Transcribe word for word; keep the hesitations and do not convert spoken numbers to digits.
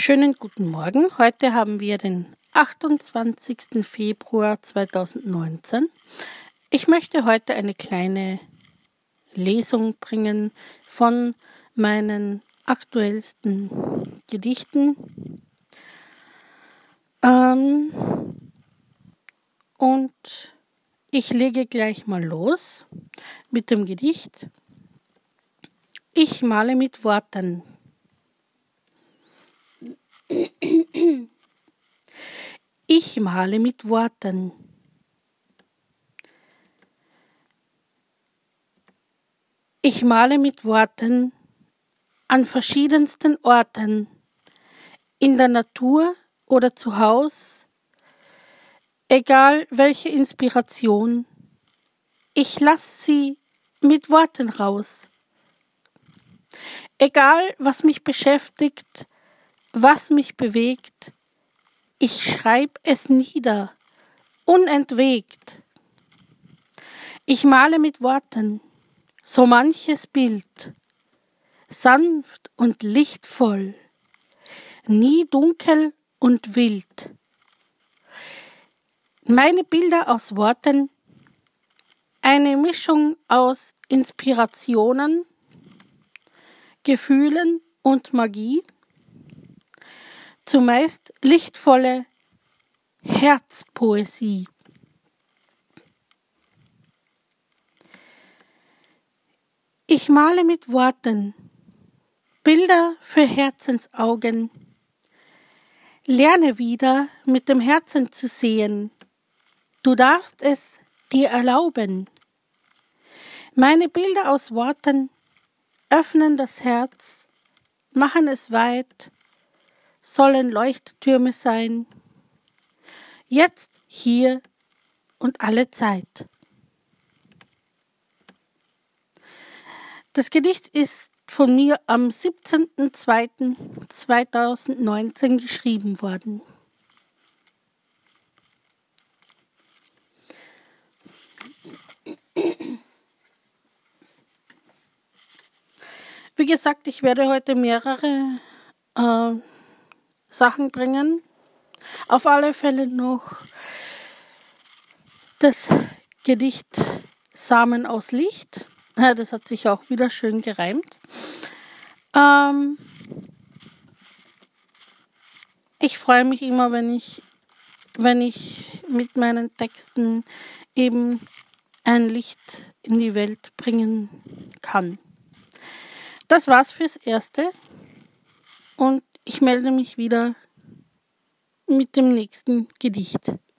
Schönen guten Morgen. Heute haben wir den achtundzwanzigsten Februar zweitausendneunzehn. Ich möchte heute eine kleine Lesung bringen von meinen aktuellsten Gedichten. Ähm, und ich lege gleich mal los mit dem Gedicht. Ich male mit Worten. Ich male mit Worten. Ich male mit Worten an verschiedensten Orten, in der Natur oder zu Haus, egal welche Inspiration, ich lass sie mit Worten raus. Egal, was mich beschäftigt, was mich bewegt, ich schreib es nieder, unentwegt. Ich male mit Worten so manches Bild, sanft und lichtvoll, nie dunkel und wild. Meine Bilder aus Worten, eine Mischung aus Inspirationen, Gefühlen und Magie, zumeist lichtvolle Herzpoesie. Ich male mit Worten Bilder für Herzensaugen, lerne wieder mit dem Herzen zu sehen, du darfst es dir erlauben. Meine Bilder aus Worten öffnen das Herz, machen es weit, sollen Leuchttürme sein, jetzt, hier und alle Zeit. Das Gedicht ist von mir am siebzehnten zweiten zweitausendneunzehn geschrieben worden. Wie gesagt, ich werde heute mehrere äh, Sachen bringen. Auf alle Fälle noch das Gedicht Samen aus Licht. Ja, das hat sich auch wieder schön gereimt. Ähm, ich freue mich immer, wenn ich, wenn ich mit meinen Texten eben ein Licht in die Welt bringen kann. Das war's fürs Erste und ich melde mich wieder mit dem nächsten Gedicht.